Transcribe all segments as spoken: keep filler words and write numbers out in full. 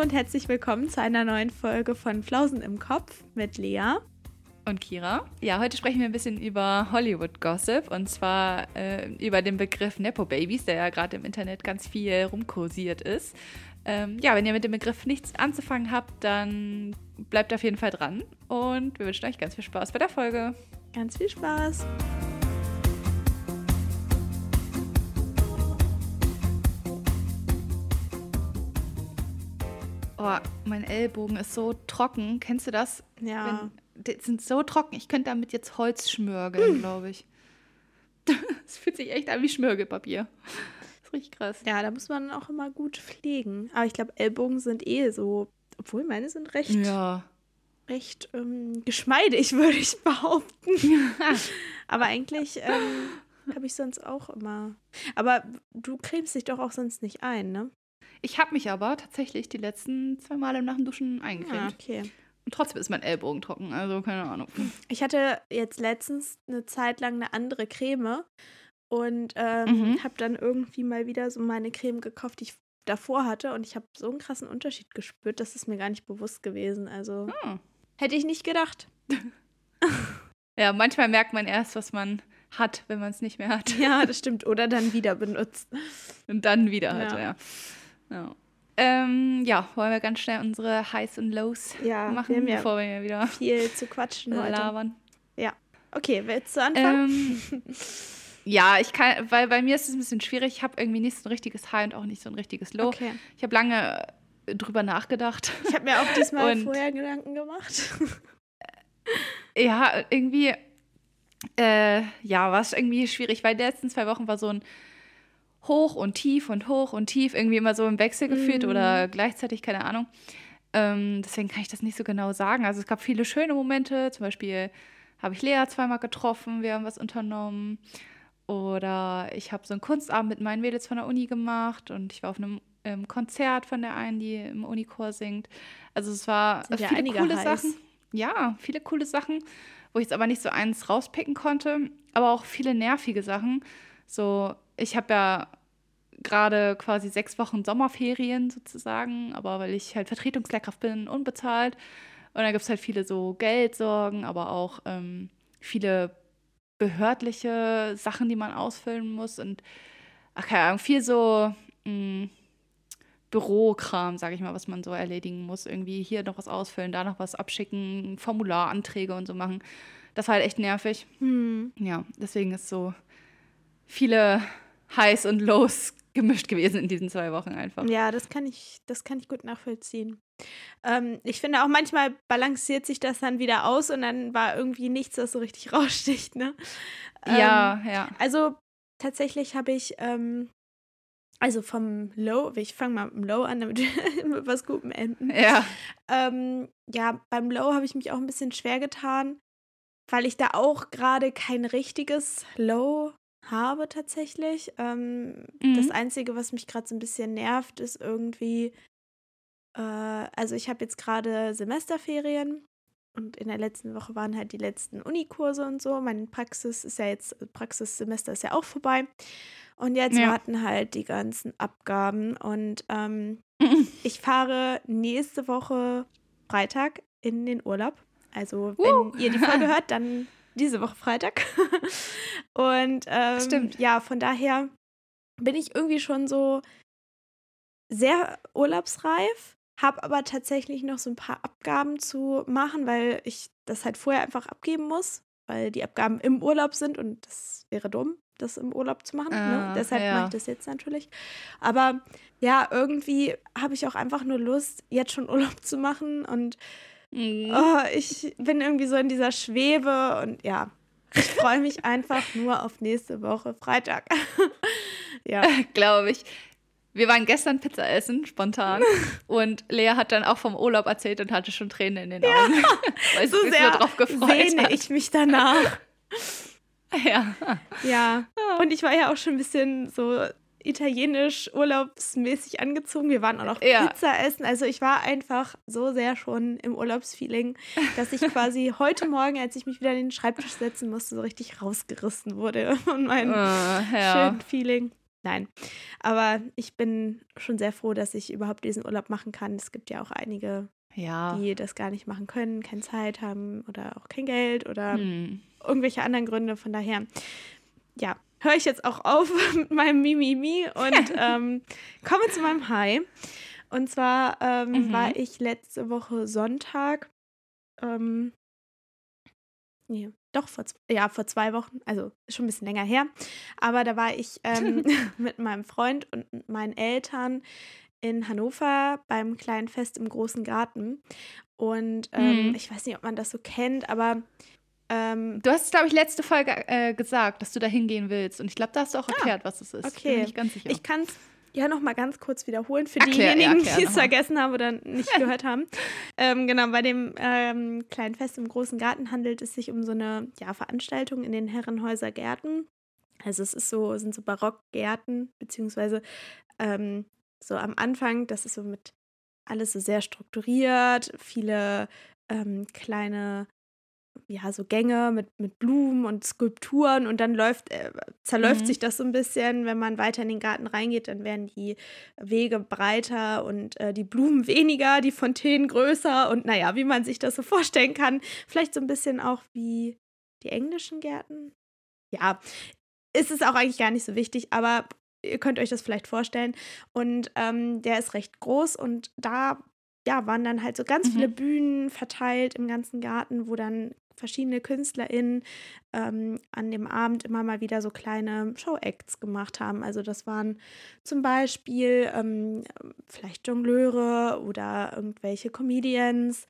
und herzlich willkommen zu einer neuen Folge von Flausen im Kopf mit Lea und Kira. Ja, heute sprechen wir ein bisschen über Hollywood-Gossip und zwar äh, über den Begriff Nepo-Babys, der ja gerade im Internet ganz viel rumkursiert ist. Ähm, ja, wenn ihr mit dem Begriff nichts anzufangen habt, dann bleibt auf jeden Fall dran und wir wünschen euch ganz viel Spaß bei der Folge. Ganz viel Spaß! Oh, mein Ellbogen ist so trocken. Kennst du das? Ja. Wenn, die sind so trocken. Ich könnte damit jetzt Holz schmörgeln, hm. glaube ich. Es fühlt sich echt an wie Schmirgelpapier. Das ist richtig krass. Ja, da muss man auch immer gut pflegen. Aber ich glaube, Ellbogen sind eh so, obwohl meine sind recht, ja. recht ähm, geschmeidig, würde ich behaupten. Aber eigentlich ähm, habe ich sonst auch immer. Aber du cremst dich doch auch sonst nicht ein, ne? Ich habe mich aber tatsächlich die letzten zwei Male nach dem Duschen eingecremt. Ja, okay. Und trotzdem ist mein Ellbogen trocken, also keine Ahnung. Ich hatte jetzt letztens eine Zeit lang eine andere Creme und ähm, mhm. habe dann irgendwie mal wieder so meine Creme gekauft, die ich davor hatte. Und ich habe so einen krassen Unterschied gespürt, das ist mir gar nicht bewusst gewesen. Also hm. hätte ich nicht gedacht. Ja, manchmal merkt man erst, was man hat, wenn man es nicht mehr hat. Ja, das stimmt. Oder dann wieder benutzt. Und dann wieder hat, ja. ja. Ja. Ähm, ja, wollen wir ganz schnell unsere Highs und Lows ja, machen, wir haben ja bevor wir wieder viel zu quatschen heute. labern. Ja, okay, willst du anfangen? Ähm, ja, ich kann, weil bei mir ist es ein bisschen schwierig. Ich habe irgendwie nicht so ein richtiges High und auch nicht so ein richtiges Low. Okay. Ich habe lange drüber nachgedacht. Ich habe mir auch diesmal und, vorher Gedanken gemacht. Ja, irgendwie, äh, ja, war es irgendwie schwierig, weil die letzten zwei Wochen war so ein hoch und tief und hoch und tief, irgendwie immer so im Wechsel gefühlt mm. oder gleichzeitig, keine Ahnung. Ähm, deswegen kann ich das nicht so genau sagen. Also es gab viele schöne Momente, zum Beispiel habe ich Lea zweimal getroffen, wir haben was unternommen oder ich habe so einen Kunstabend mit meinen Mädels von der Uni gemacht und ich war auf einem ähm, Konzert von der einen, die im Unichor singt. Also es war Sind viele ja coole heiß. Sachen. Ja, viele coole Sachen, wo ich jetzt aber nicht so eins rauspicken konnte, aber auch viele nervige Sachen. So, ich habe ja gerade quasi sechs Wochen Sommerferien sozusagen, aber weil ich halt Vertretungslehrkraft bin, unbezahlt. Und dann gibt es halt viele so Geldsorgen, aber auch ähm, viele behördliche Sachen, die man ausfüllen muss. Und, ach, keine Ahnung, viel so mh, Bürokram, sage ich mal, was man so erledigen muss. Irgendwie hier noch was ausfüllen, da noch was abschicken, Formularanträge und so machen. Das war halt echt nervig. Hm. Ja, deswegen ist so viele Highs und Lows gemischt gewesen in diesen zwei Wochen einfach. Ja, das kann ich, das kann ich gut nachvollziehen. Ähm, ich finde auch manchmal balanciert sich das dann wieder aus und dann war irgendwie nichts, das so richtig raussticht, ne? Ja, ähm, ja. Also tatsächlich habe ich, ähm, also vom Low, ich fange mal mit dem Low an, damit wir mit was Gutem enden. Ja. Ähm, ja, beim Low habe ich mich auch ein bisschen schwer getan, weil ich da auch gerade kein richtiges Low habe tatsächlich. Ähm, mhm. Das Einzige, was mich gerade so ein bisschen nervt, ist irgendwie, äh, also ich habe jetzt gerade Semesterferien und in der letzten Woche waren halt die letzten Unikurse und so. Meine Praxis ist ja jetzt, Praxissemester ist ja auch vorbei. Und jetzt ja. warten halt die ganzen Abgaben und ähm, ich fahre nächste Woche Freitag in den Urlaub. Also wenn uh. ihr die Folge hört, dann diese Woche Freitag. Und ähm, Stimmt. ja, von daher bin ich irgendwie schon so sehr urlaubsreif, habe aber tatsächlich noch so ein paar Abgaben zu machen, weil ich das halt vorher einfach abgeben muss, weil die Abgaben im Urlaub sind und das wäre dumm, das im Urlaub zu machen. Ah, ne? Deshalb ja. mache ich das jetzt natürlich. Aber ja, irgendwie habe ich auch einfach nur Lust, jetzt schon Urlaub zu machen und mhm. oh, ich bin irgendwie so in dieser Schwebe und ja, ich freue mich einfach nur auf nächste Woche Freitag. Ja. Glaube ich. Wir waren gestern Pizza essen, spontan. Und Lea hat dann auch vom Urlaub erzählt und hatte schon Tränen in den Augen. Ja, weil so sie sich sehr so drauf gefreut sehne hat. ich mich danach. Ja. Ja. Und ich war ja auch schon ein bisschen so italienisch urlaubsmäßig angezogen. Wir waren auch noch ja. Pizza essen. Also ich war einfach so sehr schon im Urlaubsfeeling, dass ich quasi heute Morgen, als ich mich wieder an den Schreibtisch setzen musste, so richtig rausgerissen wurde von meinem uh, ja. schönen Feeling. Nein, aber ich bin schon sehr froh, dass ich überhaupt diesen Urlaub machen kann. Es gibt ja auch einige, Ja. die das gar nicht machen können, keine Zeit haben oder auch kein Geld oder Hm. irgendwelche anderen Gründe. Von daher, ja, höre ich jetzt auch auf mit meinem Mimimi und ähm, komme zu meinem High. Und zwar ähm, Mhm. war ich letzte Woche Sonntag, ähm, nee, doch, vor, z- ja, vor zwei Wochen, also ist schon ein bisschen länger her, aber da war ich ähm, mit meinem Freund und mit meinen Eltern in Hannover beim kleinen Fest im großen Garten. Und ähm, Mhm. ich weiß nicht, ob man das so kennt, aber ähm, Du hast, glaube ich, letzte Folge äh, gesagt, dass du da hingehen willst. Und ich glaube, da hast du auch erklärt, was es ist. Ich bin mir okay, nicht ganz sicher. ich kann es ja noch mal ganz kurz wiederholen für Erklär, ja, diejenigen, erklär die es noch mal. vergessen haben oder nicht gehört haben. Ähm, genau, bei dem ähm, kleinen Fest im großen Garten handelt es sich um so eine ja, Veranstaltung in den Herrenhäuser Gärten. Also es ist so, sind so Barockgärten, beziehungsweise ähm, so am Anfang, das ist so mit alles so sehr strukturiert, viele ähm, kleine ja, so Gänge mit, mit Blumen und Skulpturen und dann läuft, äh, zerläuft Mhm. sich das so ein bisschen. Wenn man weiter in den Garten reingeht, dann werden die Wege breiter und äh, die Blumen weniger, die Fontänen größer und naja, wie man sich das so vorstellen kann. Vielleicht so ein bisschen auch wie die englischen Gärten. Ja, ist es auch eigentlich gar nicht so wichtig, aber ihr könnt euch das vielleicht vorstellen. Und ähm, der ist recht groß und da ja, waren dann halt so ganz viele Mhm. Bühnen verteilt im ganzen Garten, wo dann verschiedene KünstlerInnen ähm, an dem Abend immer mal wieder so kleine Show-Acts gemacht haben. Also das waren zum Beispiel ähm, vielleicht Jongleure oder irgendwelche Comedians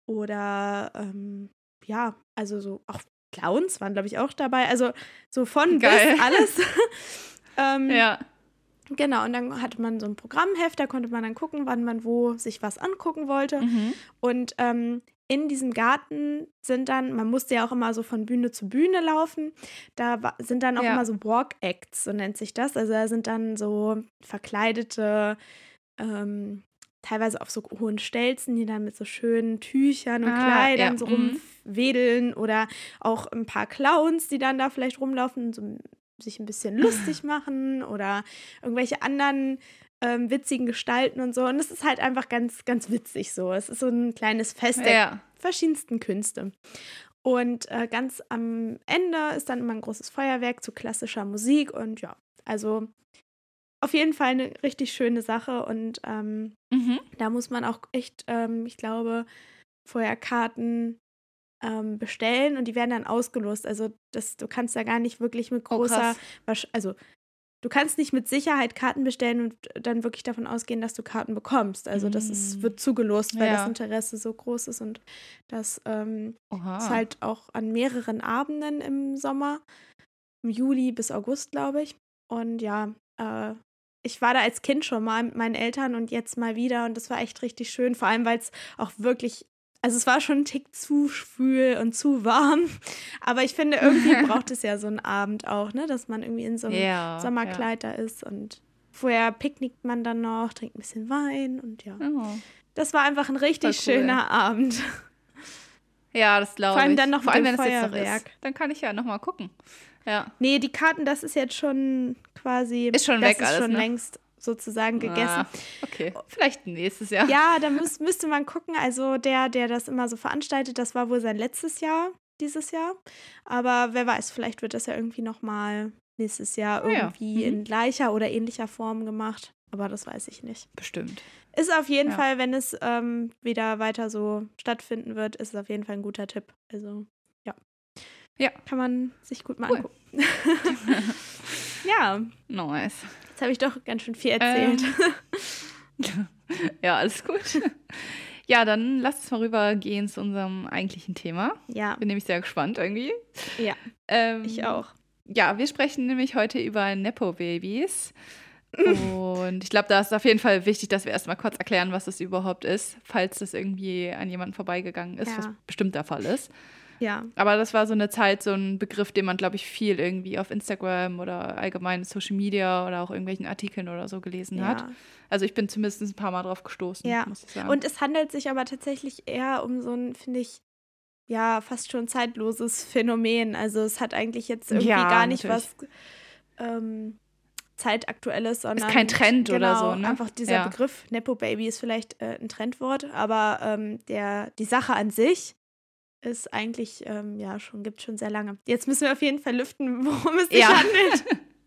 oder ähm, ja, also so auch Clowns waren, glaube ich, auch dabei. Also so von Geil. bis alles. ähm, Ja. Genau, und dann hatte man so ein Programmheft, da konnte man dann gucken, wann man wo sich was angucken wollte. Mhm. Und ähm, in diesem Garten sind dann, man musste ja auch immer so von Bühne zu Bühne laufen, da wa- sind dann auch Ja. immer so Walk-Acts, so nennt sich das. Also da sind dann so verkleidete, ähm, teilweise auf so hohen Stelzen, die dann mit so schönen Tüchern und Ah, ja. Kleidern so Mhm. rumwedeln oder auch ein paar Clowns, die dann da vielleicht rumlaufen und so sich ein bisschen lustig machen oder irgendwelche anderen ähm, witzigen Gestalten und so. Und es ist halt einfach ganz, ganz witzig so. Es ist so ein kleines Fest der Ja. verschiedensten Künste. Und äh, ganz am Ende ist dann immer ein großes Feuerwerk zu klassischer Musik. Und ja, also auf jeden Fall eine richtig schöne Sache. Und ähm, Mhm. da muss man auch echt, ähm, ich glaube, vorher Karten ähm, bestellen und die werden dann ausgelost. Also das, du kannst da gar nicht wirklich mit Oh, großer, krass. Wahrsch- also du kannst nicht mit Sicherheit Karten bestellen und dann wirklich davon ausgehen, dass du Karten bekommst. Also das ist, Mm. wird zugelost, weil das Ja. Interesse so groß ist und das ähm, ist Oha. halt auch an mehreren Abenden im Sommer, im Juli bis August, glaube ich. Und ja, äh, ich war da als Kind schon mal mit meinen Eltern und jetzt mal wieder und das war echt richtig schön, vor allem weil es auch wirklich, also es war schon ein Tick zu schwül und zu warm, aber ich finde, irgendwie braucht es ja so einen Abend auch, ne, dass man irgendwie in so einem Ja. Ja. Sommerkleid da ist und vorher picknickt man dann noch, trinkt ein bisschen Wein und ja. Oh. Das war einfach ein richtig Voll cool. schöner Abend. Ja, das glaube ich. Vor allem dann noch Vor mit allem, dem wenn es jetzt noch ist. Feuerwerk. Dann kann ich ja noch mal gucken. Ja. Nee, die Karten, das ist jetzt schon quasi, Ist schon das weg ist alles, schon ne? längst sozusagen gegessen. Ah, okay. Vielleicht nächstes Jahr. Ja, da müß, müsste man gucken. Also der, der das immer so veranstaltet, das war wohl sein letztes Jahr, dieses Jahr. Aber wer weiß, vielleicht wird das ja irgendwie nochmal nächstes Jahr Ah ja. irgendwie Mhm. in gleicher oder ähnlicher Form gemacht. Aber das weiß ich nicht. Bestimmt. Ist auf jeden Ja. Fall, wenn es ähm, wieder weiter so stattfinden wird, ist es auf jeden Fall ein guter Tipp. Also ja. Ja. Kann man sich gut mal Cool. angucken. Ja, Nice. jetzt habe ich doch ganz schön viel erzählt. Ähm. Ja, alles gut. Ja, dann lass uns mal rübergehen zu unserem eigentlichen Thema. Ja, Bin nämlich sehr gespannt irgendwie. ja, Ähm, ich auch. Ja, wir sprechen nämlich heute über Nepo-Babys. Und ich glaube, da ist auf jeden Fall wichtig, dass wir erstmal kurz erklären, was das überhaupt ist, falls das irgendwie an jemanden vorbeigegangen ist, Ja. was bestimmt der Fall ist. Ja, Aber das war so eine Zeit, so ein Begriff, den man, glaube ich, viel irgendwie auf Instagram oder allgemein Social Media oder auch irgendwelchen Artikeln oder so gelesen hat. ja. Also ich bin zumindest ein paar Mal drauf gestoßen, Ja. muss ich sagen. Und es handelt sich aber tatsächlich eher um so ein, finde ich, ja, fast schon zeitloses Phänomen. Also es hat eigentlich jetzt irgendwie Ja, gar nicht natürlich. was ähm, zeitaktuelles, sondern ist kein Trend genau, oder so, ne? Einfach dieser ja. Begriff Nepo-Baby ist vielleicht äh, ein Trendwort, aber ähm, der, die Sache an sich ist eigentlich, ähm, ja, schon, gibt schon sehr lange. Jetzt müssen wir auf jeden Fall lüften, worum es sich Ja. handelt.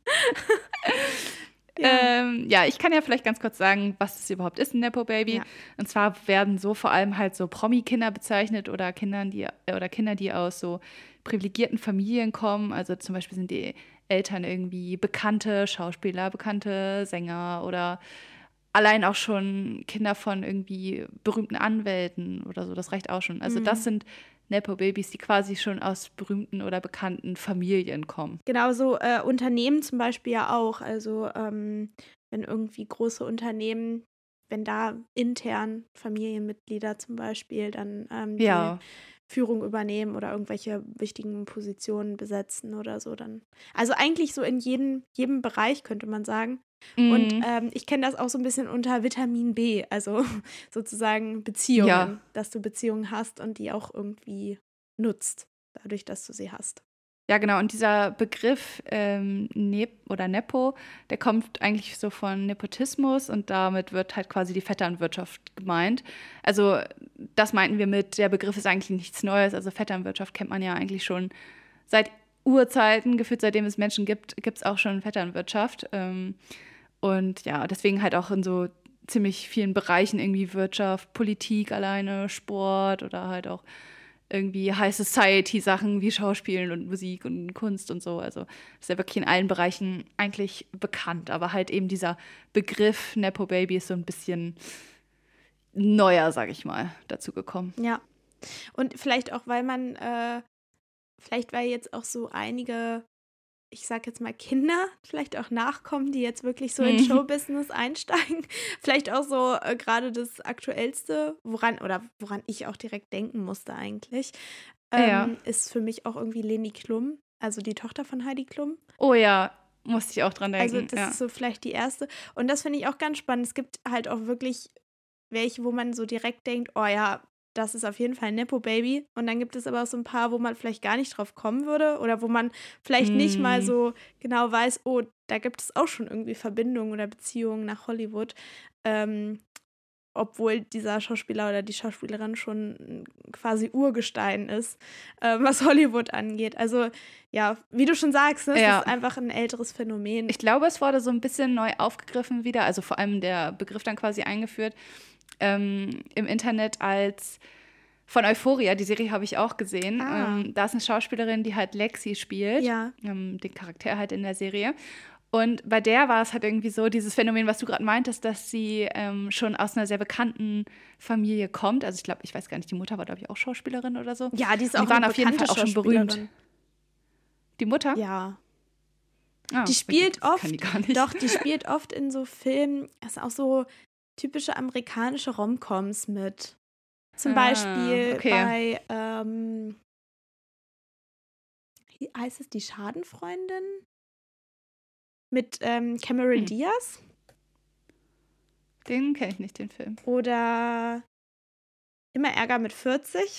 Ja. Ähm, ja, ich kann ja vielleicht ganz kurz sagen, was das überhaupt ist, ein Nepo-Baby. Ja. Und zwar werden so vor allem halt so Promi-Kinder bezeichnet oder Kindern, die oder Kinder, die aus so privilegierten Familien kommen. Also zum Beispiel sind die Eltern irgendwie bekannte Schauspieler, bekannte Sänger oder allein auch schon Kinder von irgendwie berühmten Anwälten oder so. Das reicht auch schon. Also Mhm. das sind Nepo-Babys, die quasi schon aus berühmten oder bekannten Familien kommen. Genau, so äh, Unternehmen zum Beispiel ja auch. Also ähm, wenn irgendwie große Unternehmen, wenn da intern Familienmitglieder zum Beispiel dann ähm, die Ja. Führung übernehmen oder irgendwelche wichtigen Positionen besetzen oder so dann. Also eigentlich so in jedem, jedem Bereich, könnte man sagen. Mhm. Und ähm, ich kenne das auch so ein bisschen unter Vitamin B, also sozusagen Beziehungen, Ja. dass du Beziehungen hast und die auch irgendwie nutzt, dadurch, dass du sie hast. Ja, genau. Und dieser Begriff ähm, Nep oder Nepo, der kommt eigentlich so von Nepotismus und damit wird halt quasi die Vetternwirtschaft gemeint. Also das meinten wir mit, der Begriff ist eigentlich nichts Neues. Also Vetternwirtschaft kennt man ja eigentlich schon seit Urzeiten, gefühlt seitdem es Menschen gibt, gibt es auch schon Vetternwirtschaft. Ähm, und ja, deswegen halt auch in so ziemlich vielen Bereichen irgendwie Wirtschaft, Politik alleine, Sport oder halt auch irgendwie High Society-Sachen wie Schauspielen und Musik und Kunst und so. Also das ist ja wirklich in allen Bereichen eigentlich bekannt. Aber halt eben dieser Begriff Nepo-Baby ist so ein bisschen neuer, sag ich mal, dazu gekommen. Ja. Und vielleicht auch, weil man, äh, vielleicht weil jetzt auch so einige, ich sag jetzt mal Kinder, vielleicht auch nachkommen, die jetzt wirklich so in Mhm. Showbusiness einsteigen. Vielleicht auch so äh, gerade das Aktuellste, woran, oder woran ich auch direkt denken musste eigentlich, ähm, Ja. ist für mich auch irgendwie Leni Klum, also die Tochter von Heidi Klum. Oh ja, musste ich auch dran denken. Also das ja. ist so vielleicht die erste. Und das finde ich auch ganz spannend. Es gibt halt auch wirklich welche, wo man so direkt denkt, oh ja, das ist auf jeden Fall ein Nepo-Baby. Und dann gibt es aber auch so ein paar, wo man vielleicht gar nicht drauf kommen würde oder wo man vielleicht mm. nicht mal so genau weiß, oh, da gibt es auch schon irgendwie Verbindungen oder Beziehungen nach Hollywood. Ähm, obwohl dieser Schauspieler oder die Schauspielerin schon quasi Urgestein ist, äh, was Hollywood angeht. Also ja, wie du schon sagst, ne, Ja. es ist einfach ein älteres Phänomen. Ich glaube, es wurde so ein bisschen neu aufgegriffen wieder, also vor allem der Begriff dann quasi eingeführt ähm, im Internet als von Euphoria, die Serie habe ich auch gesehen. Ah. Ähm, da ist eine Schauspielerin, die halt Lexi spielt, Ja. ähm, den Charakter halt in der Serie. Und bei der war es halt irgendwie so dieses Phänomen, was du gerade meintest, dass sie ähm, schon aus einer sehr bekannten Familie kommt. Also ich glaube, ich weiß gar nicht, die Mutter war, glaube ich, auch Schauspielerin oder so. Ja, die ist Und auch die waren eine auf jeden Fall auch schon berühmt. Schauspielerin. Die Mutter? Ja. Ah, Die spielt das oft, kann die gar nicht. doch, die spielt oft in so Filmen, das ist auch so typische amerikanische Romcoms mit. Zum Ah, Beispiel okay. bei, ähm, wie heißt es, Die Schadenfreundin? Mit ähm, Cameron Hm. Diaz? Den kenne ich nicht, den Film. Oder Immer Ärger mit vierzig?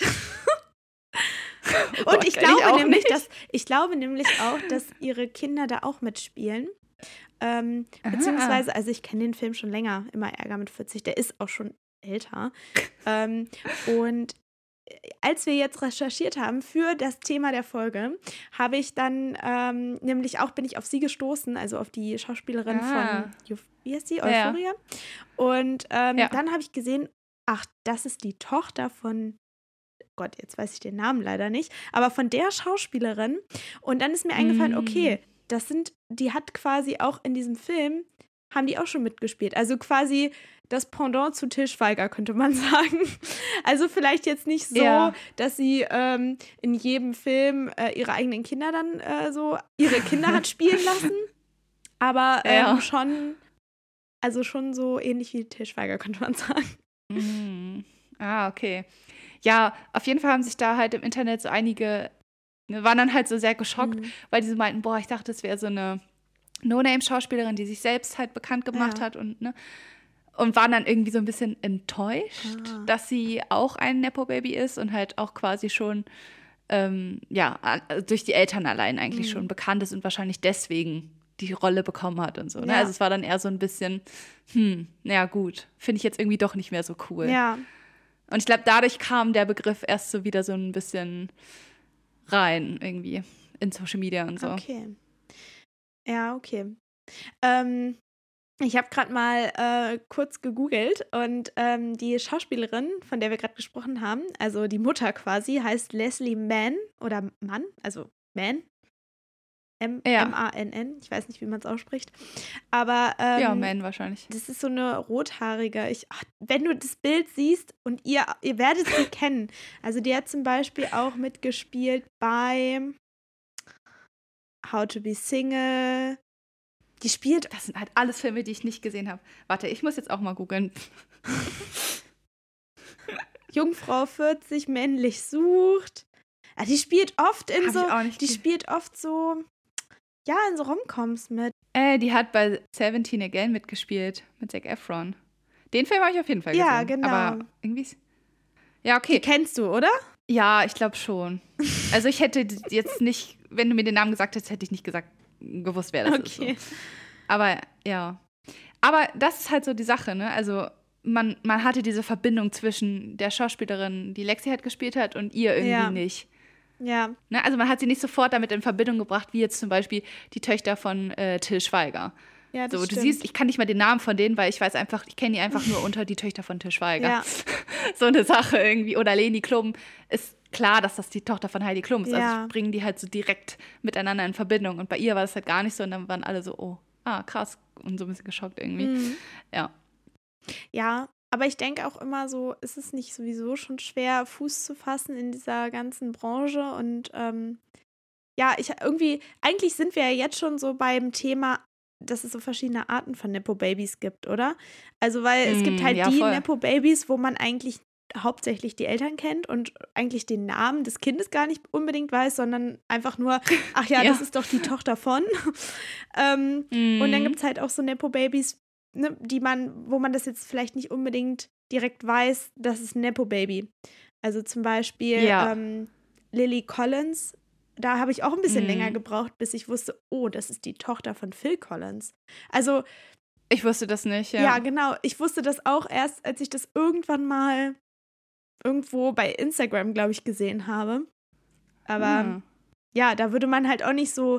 Oh Und Gott, ich kenn ich glaube auch nämlich, nicht. dass ich glaube nämlich auch, dass ihre Kinder da auch mitspielen. Ähm, Aha. beziehungsweise, also ich kenne den Film schon länger, Immer Ärger mit vierzig, der ist auch schon älter. ähm, und als wir jetzt recherchiert haben für das Thema der Folge, habe ich dann ähm, nämlich auch, bin ich auf sie gestoßen, also auf die Schauspielerin Ah. von, Euph- wie heißt die, Ja. Euphoria. Und ähm, Ja. dann habe ich gesehen, ach, das ist die Tochter von, Gott, jetzt weiß ich den Namen leider nicht, aber von der Schauspielerin. Und dann ist mir eingefallen, Mm. okay, das sind, die hat quasi auch in diesem Film, haben die auch schon mitgespielt. Also quasi das Pendant zu Til Schweiger, könnte man sagen. Also vielleicht jetzt nicht so, Ja. dass sie ähm, in jedem Film äh, ihre eigenen Kinder dann äh, so, ihre Kinder hat spielen lassen, aber ähm, Ja. schon, also schon so ähnlich wie Til Schweiger, könnte man sagen. Mm. Ah, okay. Ja, auf jeden Fall haben sich da halt im Internet so einige, ne, waren dann halt so sehr geschockt, Mhm. weil die so meinten, boah, ich dachte, es wäre so eine No-Name-Schauspielerin, die sich selbst halt bekannt gemacht Ja. hat und, ne, und waren dann irgendwie so ein bisschen enttäuscht, Ah. dass sie auch ein Nepo-Baby ist und halt auch quasi schon, ähm, ja, a- durch die Eltern allein eigentlich Mhm. schon bekannt ist und wahrscheinlich deswegen die Rolle bekommen hat und so. Ne? Ja. Also es war dann eher so ein bisschen, hm, naja gut, finde ich jetzt irgendwie doch nicht mehr so cool. Ja. Und ich glaube, dadurch kam der Begriff erst so wieder so ein bisschen rein irgendwie in Social Media und so. Okay. Ja, okay. Ähm, ich habe gerade mal äh, kurz gegoogelt und ähm, die Schauspielerin, von der wir gerade gesprochen haben, also die Mutter quasi, heißt Leslie Mann oder Mann, also Mann. M A N N, ich weiß nicht, wie man es ausspricht. Aber ähm, ja, Man wahrscheinlich. Das ist so eine rothaarige. Ich, ach, wenn du das Bild siehst und ihr, ihr werdet sie kennen. Also die hat zum Beispiel auch mitgespielt bei How to be Single. Die spielt. Das sind halt alles Filme, die ich nicht gesehen habe. Warte, ich muss jetzt auch mal googeln. Jungfrau vierzig, männlich sucht. Ja, die spielt oft in Hab so. ich auch nicht Die ge- spielt oft so. Ja, in so Romcoms mit. Äh, die hat bei Seventeen Again mitgespielt, mit Zac Efron. Den Film habe ich auf jeden Fall gesehen. Ja, genau. Aber irgendwie. ist- Ja, Die okay. kennst du, oder? Ja, ich glaube schon. Also ich hätte d- jetzt nicht, wenn du mir den Namen gesagt hättest, hätte ich nicht gesagt, gewusst, wer das ist. Okay. So. Aber ja. Aber das ist halt so die Sache, ne? Also man, man hatte diese Verbindung zwischen der Schauspielerin, die Lexi halt gespielt hat, und ihr irgendwie Ja. nicht. Ja. Ne? Also man hat sie nicht sofort damit in Verbindung gebracht, wie jetzt zum Beispiel die Töchter von äh, Till Schweiger. Ja, das So, du stimmt. siehst, ich kann nicht mal den Namen von denen, weil ich weiß einfach, ich kenne die einfach nur unter die Töchter von Till Schweiger. Ja. So eine Sache irgendwie. Oder Leni Klum. Ist klar, dass das die Tochter von Heidi Klum ist. Ja. Also bringen die halt so direkt miteinander in Verbindung. Und bei ihr war das halt gar nicht so. Und dann waren alle so, oh, ah, krass. Und so ein bisschen geschockt irgendwie. Mhm. Ja. Ja, aber ich denke auch immer so, ist es nicht sowieso schon schwer, Fuß zu fassen in dieser ganzen Branche? Und ähm, ja, ich irgendwie, eigentlich sind wir ja jetzt schon so beim Thema, dass es so verschiedene Arten von Nepo-Babys gibt, oder? Also, weil es gibt Mm, halt ja, die voll. Nepo-Babys, wo man eigentlich hauptsächlich die Eltern kennt und eigentlich den Namen des Kindes gar nicht unbedingt weiß, sondern einfach nur, ach ja, Ja. das ist doch die Tochter von. ähm, Und dann Mhm. gibt es halt auch so Nepo-Babys, ne, die man, wo man das jetzt vielleicht nicht unbedingt direkt weiß, das ist ein Nepo-Baby. Also zum Beispiel Ja. ähm, Lily Collins, da habe ich auch ein bisschen Mhm. länger gebraucht, bis ich wusste, oh, das ist die Tochter von Phil Collins. Also, Ich wusste das nicht, ja. ja, genau. Ich wusste das auch erst, als ich das irgendwann mal irgendwo bei Instagram, glaube ich, gesehen habe. Aber Ah. ja, da würde man halt auch nicht so,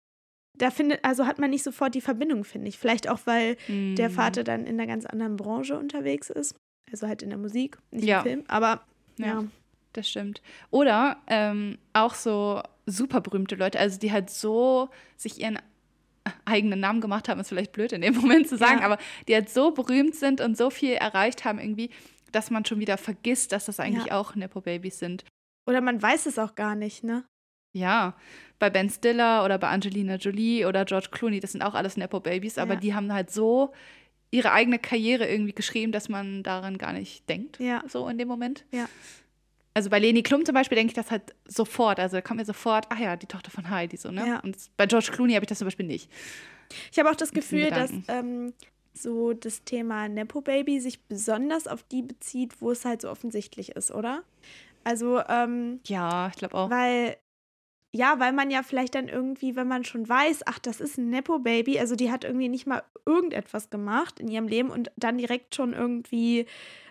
da findet, also hat man nicht sofort die Verbindung, finde ich. Vielleicht auch, weil der Mm. Vater dann in einer ganz anderen Branche unterwegs ist. Also halt in der Musik, nicht Ja. im Film. Aber Ja. ja. Das stimmt. Oder ähm, auch so super berühmte Leute, also die halt so sich ihren eigenen Namen gemacht haben, ist vielleicht blöd in dem Moment zu sagen, Ja. aber die halt so berühmt sind und so viel erreicht haben irgendwie, dass man schon wieder vergisst, dass das eigentlich Ja. auch Nepo-Babys sind. Oder man weiß es auch gar nicht, ne? Ja, bei Ben Stiller oder bei Angelina Jolie oder George Clooney, das sind auch alles Nepo-Babys, aber Ja. die haben halt so ihre eigene Karriere irgendwie geschrieben, dass man daran gar nicht denkt, Ja. so in dem Moment. Ja. Also bei Leni Klum zum Beispiel denke ich das halt sofort. Also da kommt mir sofort, ach ja, die Tochter von Heidi, so, ne? Ja. Und bei George Clooney habe ich das zum Beispiel nicht. Ich habe auch das Mit den Gefühl, dass Gedanken. ähm, so das Thema Nepo-Baby sich besonders auf die bezieht, wo es halt so offensichtlich ist, oder? Also, ähm, Ja, ich glaube auch. weil, ja, weil man ja vielleicht dann irgendwie, wenn man schon weiß, ach, das ist ein Nepo-Baby, also die hat irgendwie nicht mal irgendetwas gemacht in ihrem Leben und dann direkt schon irgendwie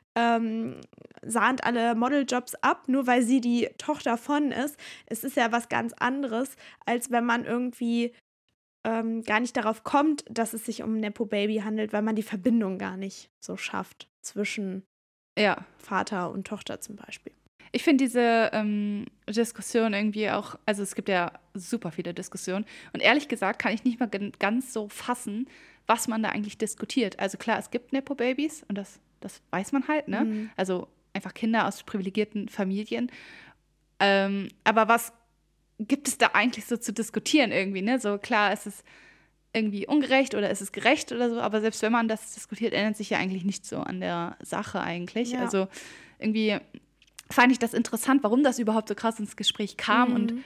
ähm, sahnt alle Modeljobs ab, nur weil sie die Tochter von ist. Es ist ja was ganz anderes, als wenn man irgendwie ähm, gar nicht darauf kommt, dass es sich um ein Nepo-Baby handelt, weil man die Verbindung gar nicht so schafft zwischen Ja. Vater und Tochter zum Beispiel. Ich finde diese ähm, Diskussion irgendwie auch, also es gibt ja super viele Diskussionen. Und ehrlich gesagt kann ich nicht mal gen- ganz so fassen, was man da eigentlich diskutiert. Also klar, es gibt Nepo-Babys und das, das weiß man halt, ne? Mhm. Also einfach Kinder aus privilegierten Familien. Ähm, aber was gibt es da eigentlich so zu diskutieren irgendwie, ne? So klar, ist es irgendwie ungerecht oder ist es gerecht oder so, aber selbst wenn man das diskutiert, ändert sich ja eigentlich nichts so an der Sache eigentlich. Ja. Also irgendwie fand ich das interessant, warum das überhaupt so krass ins Gespräch kam Mhm. und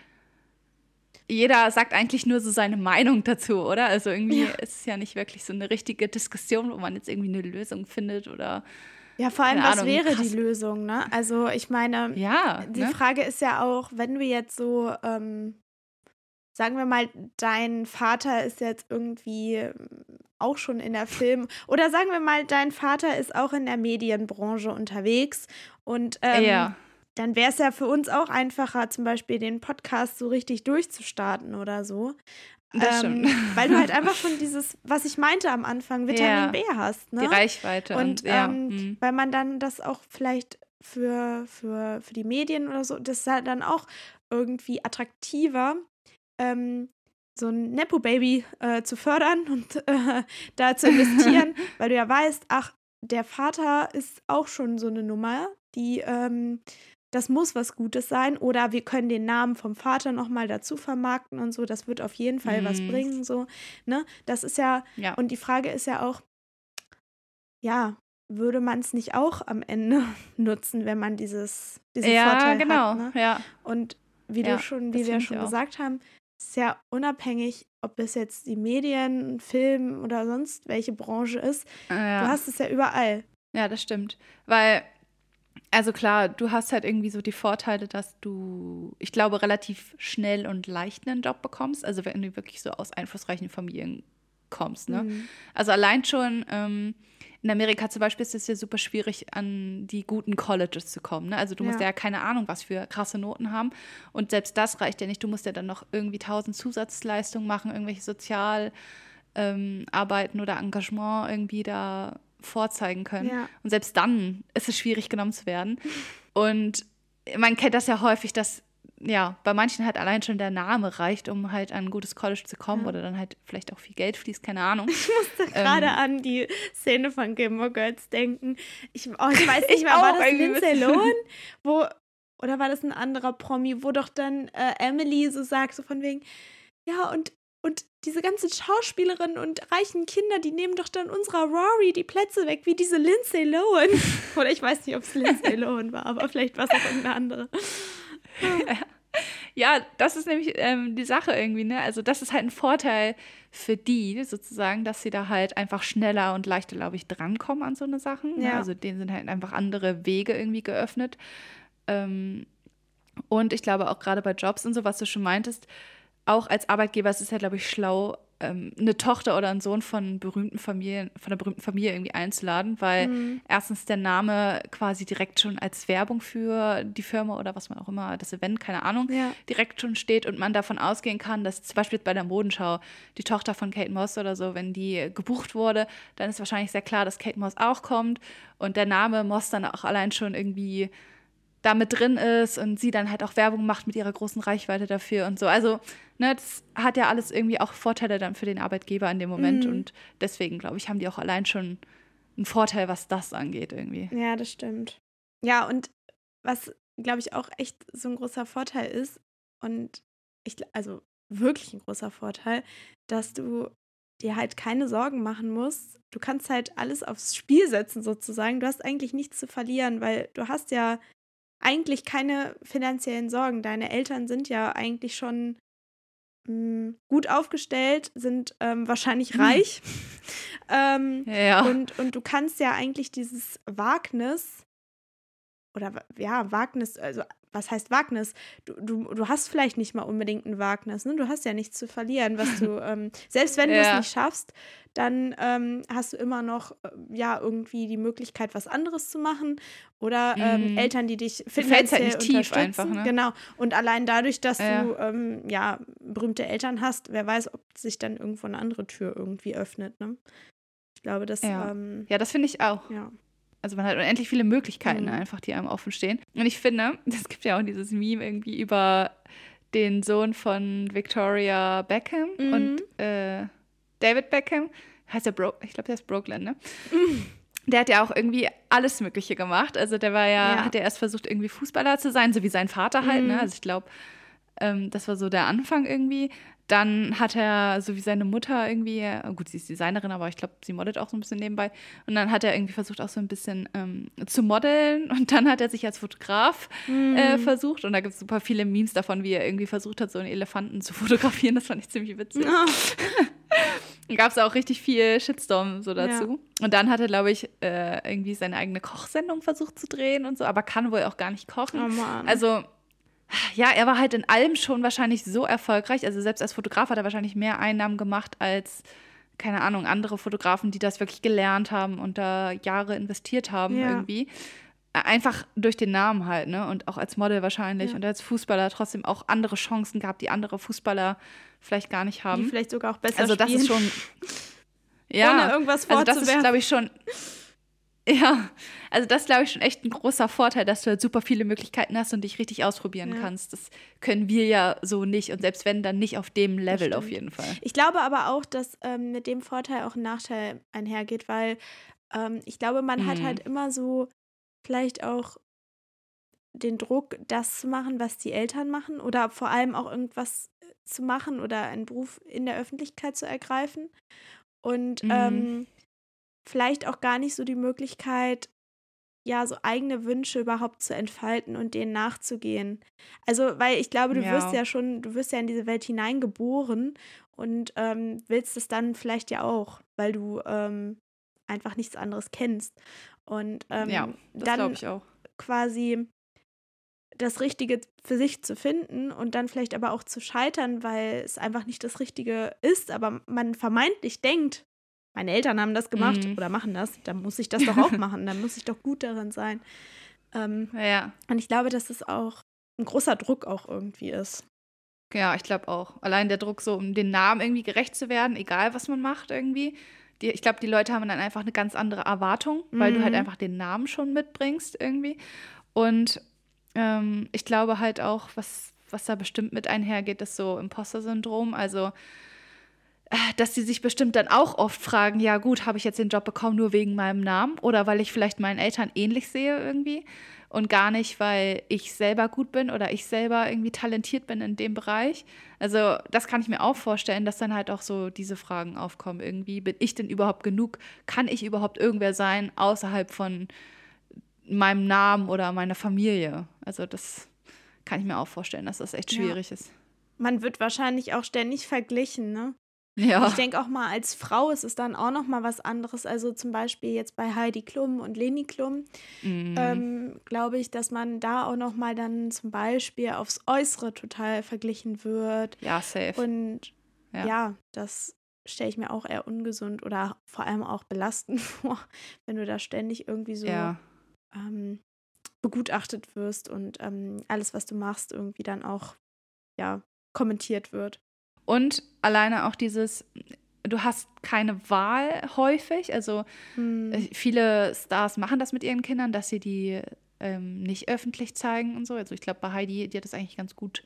jeder sagt eigentlich nur so seine Meinung dazu, oder? Also irgendwie Ja. ist es ja nicht wirklich so eine richtige Diskussion, wo man jetzt irgendwie eine Lösung findet oder Ja, vor allem, Keine was Ahnung, wäre krass. die Lösung, ne? Also ich meine, ja, die ne? Frage ist ja auch, wenn wir jetzt so, ähm, sagen wir mal, dein Vater ist jetzt irgendwie auch schon in der Film- oder sagen wir mal, dein Vater ist auch in der Medienbranche unterwegs und ähm, Ja, dann wäre es ja für uns auch einfacher, zum Beispiel den Podcast so richtig durchzustarten oder so. das stimmt. Ähm, weil du halt einfach schon dieses, was ich meinte am Anfang, Vitamin Ja, B hast, die ne? Reichweite und Und ja. ähm, mm. weil man dann das auch vielleicht für, für, für die Medien oder so, das ist halt dann auch irgendwie attraktiver, ähm, so ein Nepo-Baby äh, zu fördern und äh, da zu investieren, weil du ja weißt, ach, der Vater ist auch schon so eine Nummer, die, ähm, das muss was Gutes sein. Oder wir können den Namen vom Vater nochmal dazu vermarkten und so. Das wird auf jeden Fall was Mm. bringen, so, ne? Das ist ja, Ja. und die Frage ist ja auch, ja, würde man es nicht auch am Ende nutzen, wenn man dieses, diesen Ja, Vorteil genau. hat, ne? Ja, Und wie ja, du schon, das wie wir finde ich schon auch. gesagt haben, ist ja unabhängig, ob es jetzt die Medien, Film oder sonst welche Branche ist. Äh, Du Ja. hast es ja überall. Ja, das stimmt. Weil, also klar, du hast halt irgendwie so die Vorteile, dass du, ich glaube, relativ schnell und leicht einen Job bekommst. Also wenn du wirklich so aus einflussreichen Familien kommst, ne? Mhm. Also allein schon ähm, in Amerika zum Beispiel ist es ja super schwierig, an die guten Colleges zu kommen, ne? Also du musst Ja. ja keine Ahnung, was für krasse Noten haben. Und selbst das reicht ja nicht. Du musst ja dann noch irgendwie tausend Zusatzleistungen machen, irgendwelche Sozialarbeiten ähm, Arbeiten oder Engagement irgendwie da vorzeigen können. Ja. Und selbst dann ist es schwierig, genommen zu werden. Und man kennt das ja häufig, dass ja, bei manchen halt allein schon der Name reicht, um halt an ein gutes College zu kommen Ja. oder dann halt vielleicht auch viel Geld fließt, keine Ahnung. Ich musste gerade Ähm. an die Szene von Gilmore Girls denken. Ich, oh, ich weiß Ich nicht mehr, war auch das irgendwie Lindsay ein bisschen. Lohan? Wo, oder war das ein anderer Promi, wo doch dann äh, Emily so sagt, so von wegen, ja, und, und diese ganzen Schauspielerinnen und reichen Kinder, die nehmen doch dann unserer Rory die Plätze weg, wie diese Lindsay Lohan. Oder ich weiß nicht, ob es Lindsay Lohan war, aber vielleicht war es auch irgendeine andere. Ja, das ist nämlich ähm, die Sache irgendwie, ne? Also das ist halt ein Vorteil für die sozusagen, dass sie da halt einfach schneller und leichter, glaube ich, drankommen an so eine Sachen. Ne? Ja. Also denen sind halt einfach andere Wege irgendwie geöffnet. Ähm, und ich glaube auch gerade bei Jobs und so, was du schon meintest, auch als Arbeitgeber ist es ja, glaube ich, schlau, ähm, eine Tochter oder einen Sohn von berühmten Familien, von einer berühmten Familie irgendwie einzuladen, weil Mhm. erstens der Name quasi direkt schon als Werbung für die Firma oder was man auch immer, das Event, keine Ahnung, Ja. direkt schon steht und man davon ausgehen kann, dass zum Beispiel bei der Modenschau die Tochter von Kate Moss oder so, wenn die gebucht wurde, dann ist wahrscheinlich sehr klar, dass Kate Moss auch kommt und der Name Moss dann auch allein schon irgendwie da mit drin ist und sie dann halt auch Werbung macht mit ihrer großen Reichweite dafür und so. Also, ne, das hat ja alles irgendwie auch Vorteile dann für den Arbeitgeber in dem Moment Mhm. und deswegen, glaube ich, haben die auch allein schon einen Vorteil, was das angeht irgendwie. Ja, das stimmt. Ja, und was, glaube ich, auch echt so ein großer Vorteil ist, und ich, gl- also wirklich ein großer Vorteil, dass du dir halt keine Sorgen machen musst. Du kannst halt alles aufs Spiel setzen sozusagen. Du hast eigentlich nichts zu verlieren, weil du hast ja eigentlich keine finanziellen Sorgen. Deine Eltern sind ja eigentlich schon mh, gut aufgestellt, sind ähm, wahrscheinlich Hm. reich. ähm, Ja. und, und du kannst ja eigentlich dieses Wagnis, oder wa- ja, Wagnis, also was heißt Wagnis? Du, du, du hast vielleicht nicht mal unbedingt ein Wagnis, ne? Du hast ja nichts zu verlieren, was du, ähm, selbst wenn du es Ja. nicht schaffst, dann ähm, hast du immer noch, äh, ja, irgendwie die Möglichkeit, was anderes zu machen. Oder ähm, Mhm. Eltern, die dich fällst halt finanziell nicht tief unterstützen. einfach, ne? Genau. Und allein dadurch, dass Ja. du, ähm, ja, berühmte Eltern hast, wer weiß, ob sich dann irgendwo eine andere Tür irgendwie öffnet, ne? Ich glaube, das, Ja. ähm, Ja, das finde ich auch. ja. Also man hat unendlich viele Möglichkeiten Mhm. einfach, die einem offen stehen. Und ich finde, es gibt ja auch dieses Meme irgendwie über den Sohn von Victoria Beckham Mhm. und äh, David Beckham. Heißt der Bro, ich glaube, der ist Brooklyn, ne? Der hat ja auch irgendwie alles Mögliche gemacht. Also der war ja, Ja. hat ja erst versucht, irgendwie Fußballer zu sein, so wie sein Vater halt, Mhm. ne? Also ich glaube, ähm, das war so der Anfang irgendwie. Dann hat er, so wie seine Mutter irgendwie, äh, gut, sie ist Designerin, aber ich glaube, sie modelt auch so ein bisschen nebenbei. Und dann hat er irgendwie versucht, auch so ein bisschen ähm, zu modeln. Und dann hat er sich als Fotograf äh, Mhm. versucht. Und da gibt es super viele Memes davon, wie er irgendwie versucht hat, so einen Elefanten zu fotografieren. Das fand ich ziemlich witzig. Ah. Dann gab es auch richtig viel Shitstorm so dazu. Und dann hat er, glaube ich, äh, irgendwie seine eigene Kochsendung versucht zu drehen und so, aber kann wohl auch gar nicht kochen. Oh Mann. Also ja, er war halt in allem schon wahrscheinlich so erfolgreich. Also selbst als Fotograf hat er wahrscheinlich mehr Einnahmen gemacht als, keine Ahnung, andere Fotografen, die das wirklich gelernt haben und da Jahre investiert haben Ja. irgendwie. Einfach durch den Namen halt, ne? Und auch als Model wahrscheinlich. Ja. Und als Fußballer trotzdem auch andere Chancen gehabt, die andere Fußballer vielleicht gar nicht haben. Die vielleicht sogar auch besser also das spielen. ist schon, ja, ohne irgendwas also das ist, vorzuwerfen. glaube ich, schon, ja, also das glaube ich schon echt ein großer Vorteil, dass du halt super viele Möglichkeiten hast und dich richtig ausprobieren Ja. kannst. Das können wir ja so nicht und selbst wenn, dann nicht auf dem Level auf jeden Fall. Ich glaube aber auch, dass ähm, mit dem Vorteil auch ein Nachteil einhergeht, weil ähm, ich glaube, man hat Mhm. halt immer so vielleicht auch den Druck, das zu machen, was die Eltern machen oder vor allem auch irgendwas zu machen oder einen Beruf in der Öffentlichkeit zu ergreifen und Mhm. ähm, vielleicht auch gar nicht so die Möglichkeit, ja, so eigene Wünsche überhaupt zu entfalten und denen nachzugehen. Also, weil ich glaube, du wirst Ja. ja schon, du wirst ja in diese Welt hineingeboren und ähm, willst es dann vielleicht ja auch, weil du ähm, einfach nichts anderes kennst. Und ähm, Ja, das dann glaube ich auch. quasi das Richtige für sich zu finden und dann vielleicht aber auch zu scheitern, weil es einfach nicht das Richtige ist, aber man vermeintlich denkt, meine Eltern haben das gemacht Mhm. oder machen das, dann muss ich das doch auch machen, dann muss ich doch gut darin sein. Ähm, Ja, und ich glaube, dass es auch ein großer Druck auch irgendwie ist. ja, ich glaube auch. Allein der Druck, so um den Namen irgendwie gerecht zu werden, egal was man macht irgendwie. Die, ich glaube, die Leute haben dann einfach eine ganz andere Erwartung, weil du halt Mhm. einfach den Namen schon mitbringst irgendwie. Und ähm, ich glaube halt auch, was, was da bestimmt mit einhergeht, ist so Imposter-Syndrom. Also, äh, dass sie sich bestimmt dann auch oft fragen, ja gut, habe ich jetzt den Job bekommen nur wegen meinem Namen oder weil ich vielleicht meinen Eltern ähnlich sehe irgendwie und gar nicht, weil ich selber gut bin oder ich selber irgendwie talentiert bin in dem Bereich. Also das kann ich mir auch vorstellen, dass dann halt auch so diese Fragen aufkommen irgendwie. Bin ich denn überhaupt genug? Kann ich überhaupt irgendwer sein außerhalb von meinem Namen oder meiner Familie? Also das kann ich mir auch vorstellen, dass das echt Ja. schwierig ist. Man wird wahrscheinlich auch ständig verglichen, ne? Ja. Ich denke auch mal, als Frau ist es dann auch noch mal was anderes. Also zum Beispiel jetzt bei Heidi Klum und Leni Klum, Mm, ähm, glaube ich, dass man da auch noch mal dann zum Beispiel aufs Äußere total verglichen wird. ja, safe. Und Ja. ja, das stelle ich mir auch eher ungesund oder vor allem auch belastend vor, wenn du da ständig irgendwie so Ja. ähm, begutachtet wirst und ähm, alles, was du machst, irgendwie dann auch ja, kommentiert wird. Und alleine auch dieses, du hast keine Wahl häufig. Also Hm. äh, viele Stars machen das mit ihren Kindern, dass sie die ähm, nicht öffentlich zeigen und so. Also ich glaube, bei Heidi, die hat das eigentlich ganz gut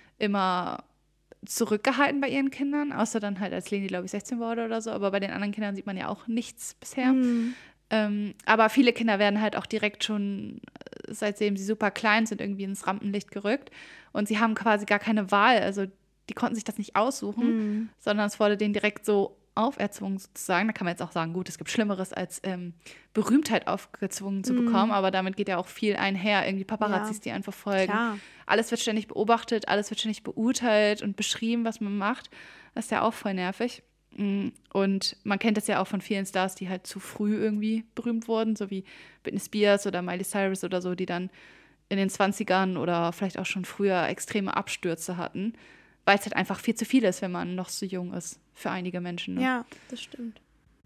immer zurückgehalten bei ihren Kindern, außer dann halt, als Leni, glaube ich, sechzehn wurde oder so. Aber bei den anderen Kindern sieht man ja auch nichts bisher. Hm. Ähm, aber viele Kinder werden halt auch direkt schon, äh, seitdem sie super klein sind, irgendwie ins Rampenlicht gerückt. Und sie haben quasi gar keine Wahl. Also die konnten sich das nicht aussuchen, Hm. sondern es wurde denen direkt so auferzwungen sozusagen. Da kann man jetzt auch sagen, gut, es gibt Schlimmeres als ähm, Berühmtheit aufgezwungen zu Hm. bekommen, aber damit geht ja auch viel einher. Irgendwie Paparazzis, Ja, die einen verfolgen. Klar. Alles wird ständig beobachtet, alles wird ständig beurteilt und beschrieben, was man macht. Das ist ja auch voll nervig. Mm, Und man kennt das ja auch von vielen Stars, die halt zu früh irgendwie berühmt wurden, so wie Britney Spears oder Miley Cyrus oder so, die dann in den zwanzigern oder vielleicht auch schon früher extreme Abstürze hatten, weil es halt einfach viel zu viel ist, wenn man noch so jung ist, für einige Menschen. Ne? Ja, das stimmt.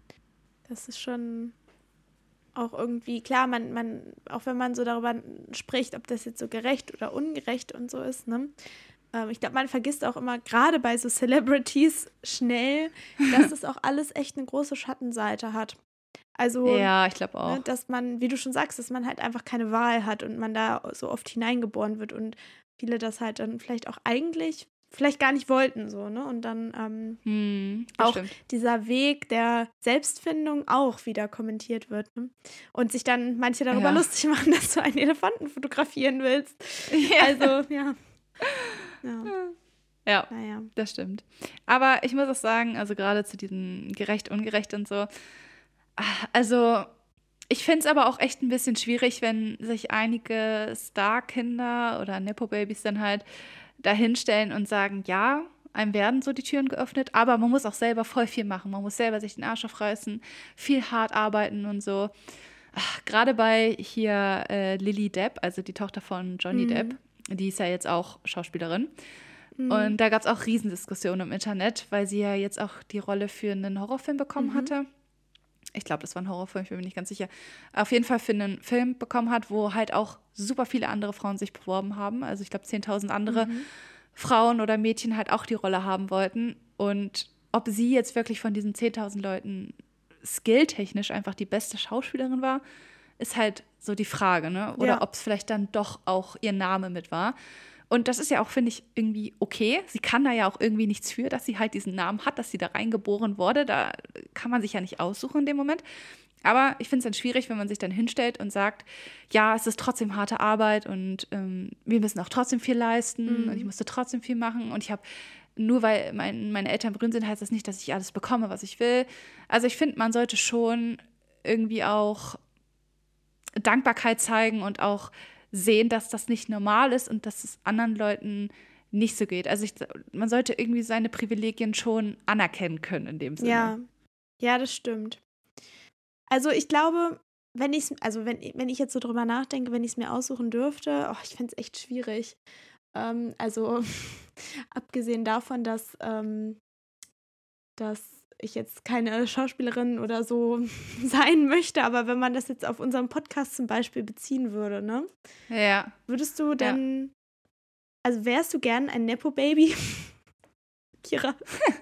Das ist schon auch irgendwie, klar, man, man, auch wenn man so darüber spricht, ob das jetzt so gerecht oder ungerecht und so ist, ne? Ähm, ich glaube, man vergisst auch immer, gerade bei so Celebrities, schnell, dass das auch alles echt eine große Schattenseite hat. Also, Ja, ich glaube auch. ne, dass man, wie du schon sagst, dass man halt einfach keine Wahl hat und man da so oft hineingeboren wird und viele das halt dann vielleicht auch eigentlich vielleicht gar nicht wollten, so, ne? Und dann ähm, Hm, das auch stimmt. dieser Weg der Selbstfindung auch wieder kommentiert wird, ne? Und sich dann manche darüber Ja. lustig machen, dass du einen Elefanten fotografieren willst. Ja. Also, ja. Ja, Ja, naja. das stimmt. Aber ich muss auch sagen, also gerade zu diesem gerecht, ungerecht und so, ah, also ich finde es aber auch echt ein bisschen schwierig, wenn sich einige Star-Kinder oder Nepo-Babys dann halt dahinstellen und sagen, ja, einem werden so die Türen geöffnet, aber man muss auch selber voll viel machen. Man muss selber sich den Arsch aufreißen, viel hart arbeiten und so. Ach, gerade bei hier äh, Lily Depp, also die Tochter von Johnny Mhm. Depp, die ist ja jetzt auch Schauspielerin. Mhm. Und da gab es auch Riesendiskussionen im Internet, weil sie ja jetzt auch die Rolle für einen Horrorfilm bekommen Mhm. hatte. Ich glaube, das war ein Horrorfilm, ich bin mir nicht ganz sicher. Auf jeden Fall für einen Film bekommen hat, wo halt auch super viele andere Frauen sich beworben haben. Also ich glaube, zehntausend andere Mhm. Frauen oder Mädchen halt auch die Rolle haben wollten. Und ob sie jetzt wirklich von diesen zehntausend Leuten skilltechnisch einfach die beste Schauspielerin war, ist halt so die Frage, ne? Oder Ja. ob es vielleicht dann doch auch ihr Name mit war. Und das ist ja auch, finde ich, irgendwie okay. Sie kann da ja auch irgendwie nichts für, dass sie halt diesen Namen hat, dass sie da reingeboren wurde. Da kann man sich ja nicht aussuchen in dem Moment. Aber ich finde es dann schwierig, wenn man sich dann hinstellt und sagt, ja, es ist trotzdem harte Arbeit und ähm, wir müssen auch trotzdem viel leisten Mhm. und ich musste trotzdem viel machen. Und ich habe, nur weil mein, meine Eltern berühmt sind, heißt das nicht, dass ich alles bekomme, was ich will. Also ich finde, man sollte schon irgendwie auch Dankbarkeit zeigen und auch sehen, dass das nicht normal ist und dass es anderen Leuten nicht so geht. Also ich, man sollte irgendwie seine Privilegien schon anerkennen können in dem Sinne. Ja, ja, das stimmt. Also ich glaube, wenn ich also wenn, wenn ich jetzt so drüber nachdenke, wenn ich es mir aussuchen dürfte, oh, ich fände es echt schwierig. Ähm, also abgesehen davon, dass, ähm, dass ich jetzt keine Schauspielerin oder so sein möchte, aber wenn man das jetzt auf unseren Podcast zum Beispiel beziehen würde, ne? Ja. Würdest du denn, also wärst du gern ein Nepo-Baby? Kira?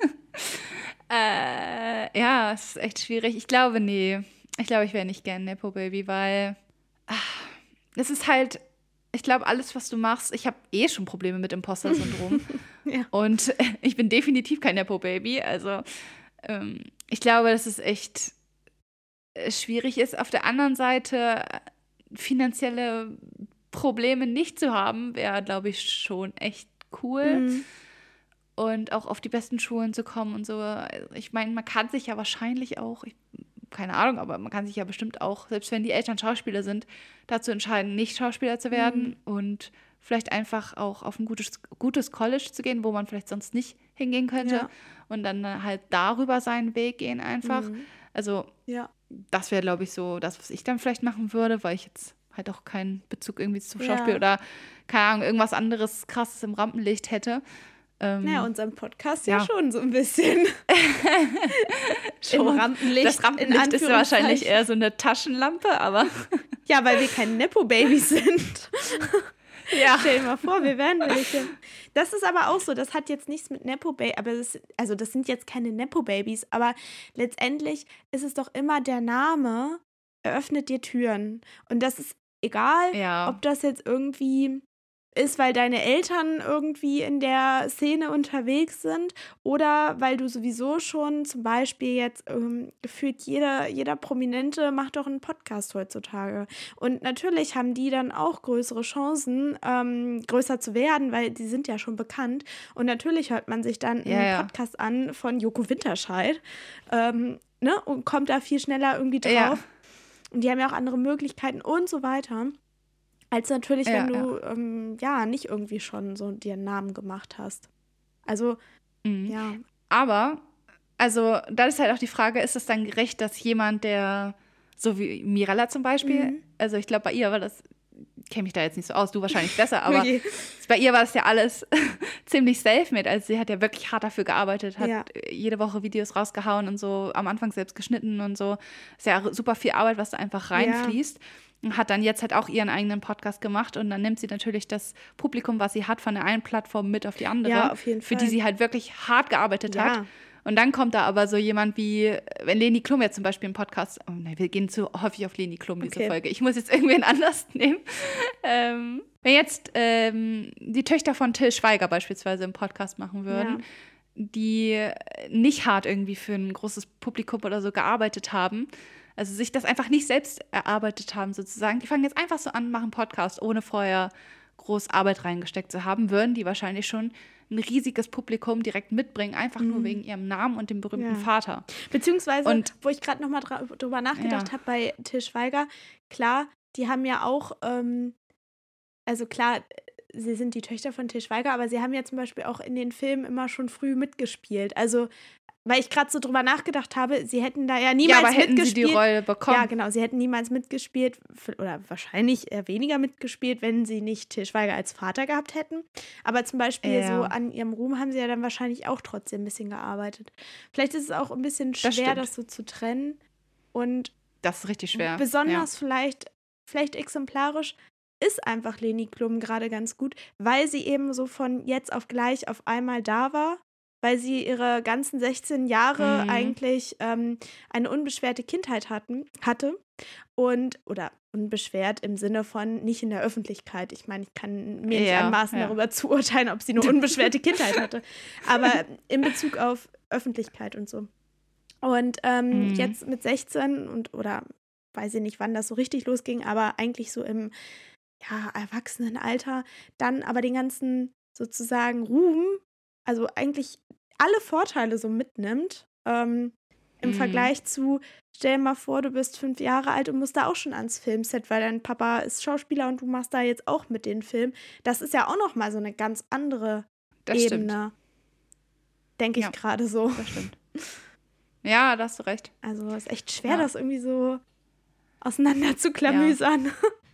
Äh, ja, es ist echt schwierig. Ich glaube, nee. Ich glaube, ich wäre nicht gern Nepo-Baby, weil ach, es ist halt, ich glaube, alles, was du machst, ich habe eh schon Probleme mit Imposter-Syndrom. Ja. Und ich bin definitiv kein Nepo-Baby. Also ähm, ich glaube, dass es echt äh, schwierig ist. Auf der anderen Seite, äh, finanzielle Probleme nicht zu haben, wäre, glaube ich, schon echt cool. Mhm. Und auch auf die besten Schulen zu kommen und so. Also ich meine, man kann sich ja wahrscheinlich auch, ich, keine Ahnung, aber man kann sich ja bestimmt auch, selbst wenn die Eltern Schauspieler sind, dazu entscheiden, nicht Schauspieler zu werden Mhm. und vielleicht einfach auch auf ein gutes, gutes College zu gehen, wo man vielleicht sonst nicht hingehen könnte Ja. und dann halt darüber seinen Weg gehen einfach. Mhm. Also Ja. das wäre, glaube ich, so das, was ich dann vielleicht machen würde, weil ich jetzt halt auch keinen Bezug irgendwie zum Ja. Schauspiel oder, keine Ahnung, irgendwas anderes Krasses im Rampenlicht hätte. Ähm, Naja, unserem Podcast ja, ja. schon so ein bisschen. Schon. Im Rampenlicht. Das Rampenlicht in ist wahrscheinlich Anführungszeichen. eher so eine Taschenlampe, aber Ja, weil wir kein Nepo-Babys sind. ja. Stell dir mal vor, wir wären welche. Das ist aber auch so, das hat jetzt nichts mit Nepo-Babys, aber das, also das sind jetzt keine Nepo-Babys, aber letztendlich ist es doch immer der Name, eröffnet dir Türen. Und das ist egal, Ja. ob das jetzt irgendwie ist, weil deine Eltern irgendwie in der Szene unterwegs sind oder weil du sowieso schon zum Beispiel jetzt ähm, gefühlt jeder, jeder Prominente macht doch einen Podcast heutzutage. Und natürlich haben die dann auch größere Chancen, ähm, größer zu werden, weil die sind ja schon bekannt. Und natürlich hört man sich dann Ja, einen ja. Podcast an von Joko Winterscheid, ähm, ne, und kommt da viel schneller irgendwie drauf. Ja. Und die haben ja auch andere Möglichkeiten und so weiter. Als natürlich, Ja, wenn du ja. Ähm, ja nicht irgendwie schon so dir einen Namen gemacht hast. Also, Mhm. ja. Aber, also, da ist halt auch die Frage, ist es dann gerecht, dass jemand, der, so wie Mirella zum Beispiel, Mhm. also ich glaube, bei ihr war das, kenne mich da jetzt nicht so aus, du wahrscheinlich besser, aber Okay. bei ihr war das ja alles ziemlich self-made. Also sie hat ja wirklich hart dafür gearbeitet, hat Ja. jede Woche Videos rausgehauen und so, am Anfang selbst geschnitten und so. Ist ja super viel Arbeit, was da einfach reinfließt. Und hat dann jetzt halt auch ihren eigenen Podcast gemacht und dann nimmt sie natürlich das Publikum, was sie hat, von der einen Plattform mit auf die andere, Ja, auf jeden für Fall. die sie halt wirklich hart gearbeitet Ja. hat. Und dann kommt da aber so jemand wie, wenn Leni Klum jetzt zum Beispiel einen Podcast, oh nein, wir gehen zu häufig auf Leni Klum, diese Okay. Folge. Ich muss jetzt irgendwen anders nehmen. Ähm, wenn jetzt ähm, die Töchter von Till Schweiger beispielsweise einen Podcast machen würden, Ja. die nicht hart irgendwie für ein großes Publikum oder so gearbeitet haben, also sich das einfach nicht selbst erarbeitet haben sozusagen, die fangen jetzt einfach so an, machen Podcast, ohne vorher groß Arbeit reingesteckt zu haben, würden die wahrscheinlich schon ein riesiges Publikum direkt mitbringen, einfach nur Mhm. wegen ihrem Namen und dem berühmten Ja. Vater. Beziehungsweise, Und- wo ich gerade noch mal dra drüber nachgedacht Ja. habe bei Till Schweiger, klar, die haben ja auch, ähm, also klar, sie sind die Töchter von Till Schweiger, aber sie haben ja zum Beispiel auch in den Filmen immer schon früh mitgespielt. Also weil ich gerade so drüber nachgedacht habe, sie hätten da ja niemals ja, aber hätten mitgespielt. sie die Rolle bekommen. Ja, genau, sie hätten niemals mitgespielt oder wahrscheinlich eher weniger mitgespielt, wenn sie nicht Til Schweiger als Vater gehabt hätten. Aber zum Beispiel Ja. so an ihrem Ruhm haben sie ja dann wahrscheinlich auch trotzdem ein bisschen gearbeitet. Vielleicht ist es auch ein bisschen Das schwer, stimmt. das so zu trennen und Das ist richtig schwer. besonders vielleicht, vielleicht exemplarisch ist einfach Leni Klum gerade ganz gut, weil sie eben so von jetzt auf gleich auf einmal da war, weil sie ihre ganzen sechzehn Jahre Mhm. eigentlich ähm, eine unbeschwerte Kindheit hatten, hatte und, oder unbeschwert im Sinne von nicht in der Öffentlichkeit. Ich meine, ich kann mir nicht Ja, anmaßen, ja. darüber zu urteilen, ob sie eine unbeschwerte Kindheit hatte, aber in Bezug auf Öffentlichkeit und so. Und ähm, Mhm. jetzt mit sechzehn und, oder weiß ich nicht, wann das so richtig losging, aber eigentlich so im ja, Erwachsenenalter, dann aber den ganzen sozusagen Ruhm, also eigentlich alle Vorteile so mitnimmt, ähm, im Mhm. Vergleich zu, stell dir mal vor, du bist fünf Jahre alt und musst da auch schon ans Filmset, weil dein Papa ist Schauspieler und du machst da jetzt auch mit den Film. Das ist ja auch noch mal so eine ganz andere Das stimmt. Ebene, denke ich Ja. gerade so. Das stimmt. Ja, da hast du recht. Also es ist echt schwer, Ja. das irgendwie so auseinander zu klamüsern.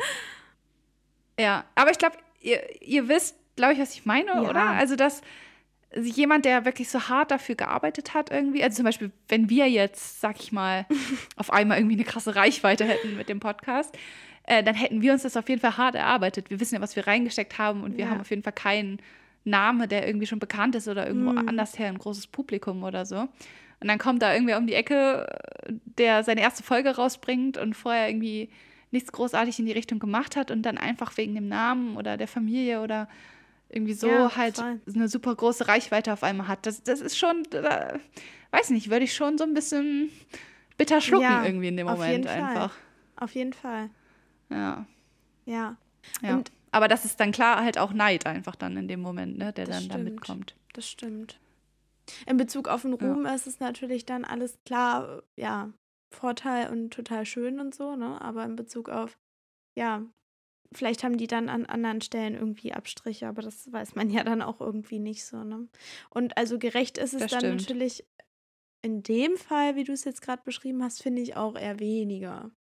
Ja, aber ich glaube, ihr, ihr wisst, glaube ich, was ich meine, Ja. oder? Also, dass jemand, der wirklich so hart dafür gearbeitet hat irgendwie, also zum Beispiel, wenn wir jetzt, sag ich mal, auf einmal irgendwie eine krasse Reichweite hätten mit dem Podcast, äh, dann hätten wir uns das auf jeden Fall hart erarbeitet. Wir wissen ja, was wir reingesteckt haben und wir Ja. haben auf jeden Fall keinen Namen, der irgendwie schon bekannt ist oder irgendwo Mhm. anders her, ein großes Publikum oder so. Und dann kommt da irgendwer um die Ecke, der seine erste Folge rausbringt und vorher irgendwie nichts großartig in die Richtung gemacht hat und dann einfach wegen dem Namen oder der Familie oder irgendwie so Ja, halt voll. eine super große Reichweite auf einmal hat. Das, das ist schon, da, weiß nicht, würde ich schon so ein bisschen bitter schlucken Ja, irgendwie in dem auf Moment jeden Fall. einfach. Auf jeden Fall, Ja, ja. ja. Und Aber das ist dann klar halt auch Neid einfach dann in dem Moment, ne, der Das dann da stimmt. mitkommt. das stimmt. In Bezug auf den Ruhm ist es natürlich dann alles klar, ja, Vorteil und total schön und so, ne? Aber in Bezug auf, ja, vielleicht haben die dann an anderen Stellen irgendwie Abstriche, aber das weiß man ja dann auch irgendwie nicht so, ne? Und also gerecht ist es Das dann stimmt. natürlich in dem Fall, wie du es jetzt gerade beschrieben hast, finde ich auch eher weniger.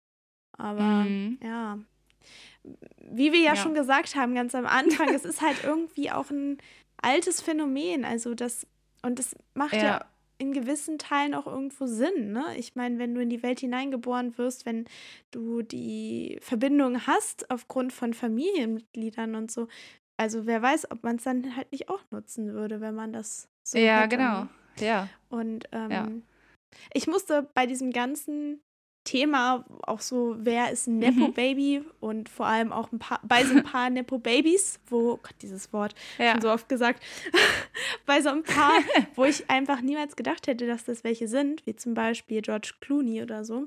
Aber Mhm. ja, wie wir ja, Ja. schon gesagt haben, ganz am Anfang, es ist halt irgendwie auch ein altes Phänomen. Also das, und das macht ja, Ja. in gewissen Teilen auch irgendwo Sinn, ne? Ich meine, wenn du in die Welt hineingeboren wirst, wenn du die Verbindung hast aufgrund von Familienmitgliedern und so, also wer weiß, ob man es dann halt nicht auch nutzen würde, wenn man das so Ja, hätte, genau. ne? Ja. Und ähm, Ja. ich musste bei diesem ganzen Thema auch so, wer ist ein Mhm. Nepo-Baby und vor allem auch ein paar, bei so ein paar Nepo-Babys, wo, Gott, dieses Wort, Ja. schon so oft gesagt, bei so ein paar, wo ich einfach niemals gedacht hätte, dass das welche sind, wie zum Beispiel George Clooney oder so.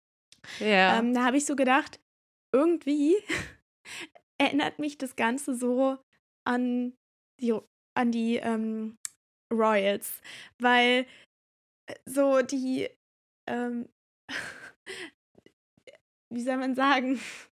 Ja. Ähm, da habe ich so gedacht, irgendwie erinnert mich das Ganze so an die, an die ähm, Royals, weil äh, so die, ähm, wie soll man sagen,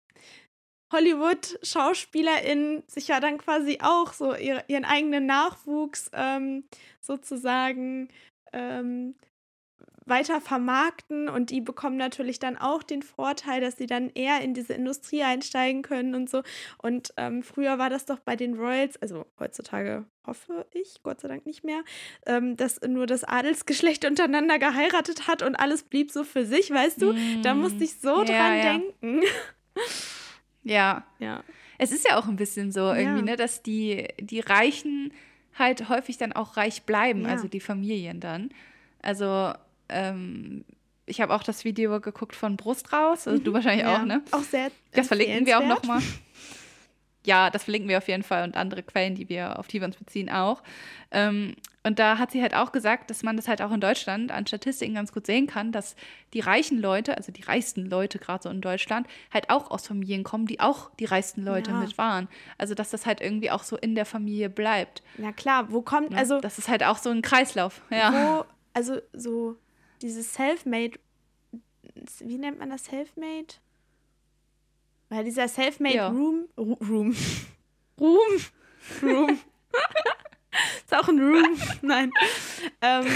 Hollywood-SchauspielerInnen sich ja dann quasi auch so ihre, ihren eigenen Nachwuchs ähm, sozusagen ähm, weiter vermarkten und die bekommen natürlich dann auch den Vorteil, dass sie dann eher in diese Industrie einsteigen können und so. Und ähm, früher war das doch bei den Royals, also heutzutage hoffe ich, Gott sei Dank nicht mehr, ähm, dass nur das Adelsgeschlecht untereinander geheiratet hat und alles blieb so für sich, weißt du? Da musste ich so Ja, dran ja. denken. Ja. Ja. Es ist ja auch ein bisschen so irgendwie, Ja. ne, dass die, die Reichen halt häufig dann auch reich bleiben, Ja. also die Familien dann. Also, ähm, ich habe auch das Video geguckt von Brust raus, also du wahrscheinlich Ja. auch, ne? Auch sehr Das verlinken wir auch empfehlenswert. nochmal. Ja, das verlinken wir auf jeden Fall und andere Quellen, die wir, auf die wir uns beziehen, auch. Ähm, und da hat sie halt auch gesagt, dass man das halt auch in Deutschland an Statistiken ganz gut sehen kann, dass die reichen Leute, also die reichsten Leute gerade so in Deutschland, halt auch aus Familien kommen, die auch die reichsten Leute Ja. mit waren. Also dass das halt irgendwie auch so in der Familie bleibt. Ja klar, wo kommt, Ne? also Das ist halt auch so ein Kreislauf. Ja. wo, also so dieses Selfmade, wie nennt man das, Selfmade? Weil dieser Selfmade Ja. Room, Ru- Room, Room, Room, ist auch ein Room, nein, ähm,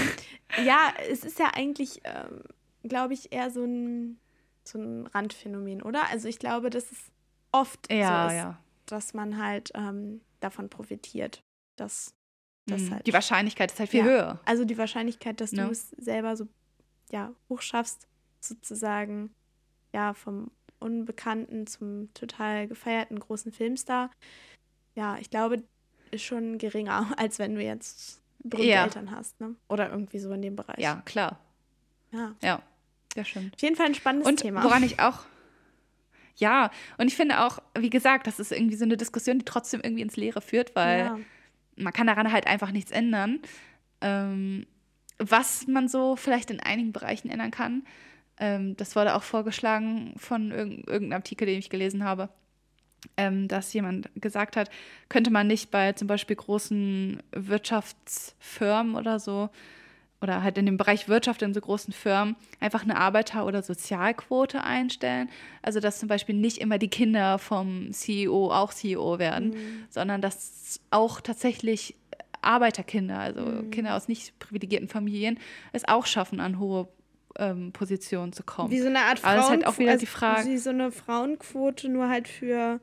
Ja, es ist ja eigentlich, ähm, glaube ich, eher so ein, so ein Randphänomen, oder? Also ich glaube, dass es oft Ja, so ist, ja. dass man halt ähm, davon profitiert, dass das Mhm. halt, Die Wahrscheinlichkeit ist halt viel ja, höher. also die Wahrscheinlichkeit, dass du Ne? es selber so, ja, hochschaffst, sozusagen, ja, vom Unbekannten zum total gefeierten großen Filmstar, ja, ich glaube, ist schon geringer, als wenn du jetzt berühmte Ja, Eltern hast, ne? Oder irgendwie so in dem Bereich. ja, klar. Ja. Ja, das stimmt. Auf jeden Fall ein spannendes Und Thema. woran ich auch, ja, und ich finde auch, wie gesagt, das ist irgendwie so eine Diskussion, die trotzdem irgendwie ins Leere führt, weil Ja. man kann daran halt einfach nichts ändern. Ähm, was man so vielleicht in einigen Bereichen ändern kann, ähm, das wurde auch vorgeschlagen von irg irgendeinem Artikel, den ich gelesen habe, ähm, dass jemand gesagt hat, könnte man nicht bei zum Beispiel großen Wirtschaftsfirmen oder so, oder halt in dem Bereich Wirtschaft in so großen Firmen einfach eine Arbeiter- oder Sozialquote einstellen. Also dass zum Beispiel nicht immer die Kinder vom C E O auch C E O werden, Mhm. sondern dass auch tatsächlich Arbeiterkinder, also Mhm. Kinder aus nicht privilegierten Familien, es auch schaffen, an hohe ähm, Positionen zu kommen. Wie so eine Art Aber das ist halt auch Frauenquote, wieder also die Frage, wie so eine Frauenquote, nur halt für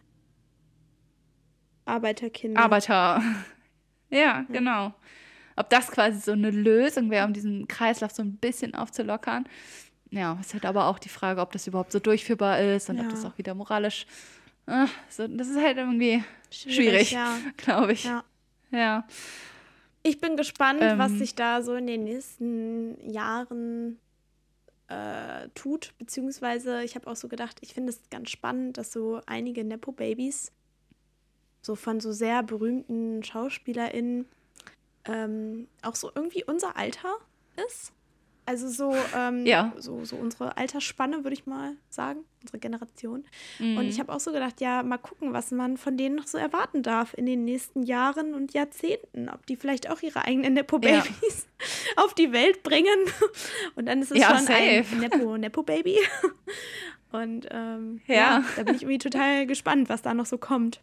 Arbeiterkinder. Arbeiter, ja, Ja. genau. Ob das quasi so eine Lösung wäre, um diesen Kreislauf so ein bisschen aufzulockern. Ja, ist halt aber auch die Frage, ob das überhaupt so durchführbar ist und ob das Ja. auch wieder moralisch. Äh, so, das ist halt irgendwie Schwierig, schwierig, ja. glaube ich. Ja. Ja. Ich bin gespannt, was Ähm, sich da so in den nächsten Jahren äh, tut, beziehungsweise ich habe auch so gedacht, ich finde es ganz spannend, dass so einige Nepo-Babys so von so sehr berühmten SchauspielerInnen ähm, auch so irgendwie unser Alter ist. Also so, ähm, ja. so, so unsere Altersspanne, würde ich mal sagen, unsere Generation. Und ich Mhm. habe auch so gedacht, ja, mal gucken, was man von denen noch so erwarten darf in den nächsten Jahren und Jahrzehnten. Ob die vielleicht auch ihre eigenen Nepo-Babys auf die Welt bringen. Und dann ist es Ja, schon safe. ein Nepo, Nepo-Baby. Und ähm, ja. Ja. da bin ich irgendwie total gespannt, was da noch so kommt.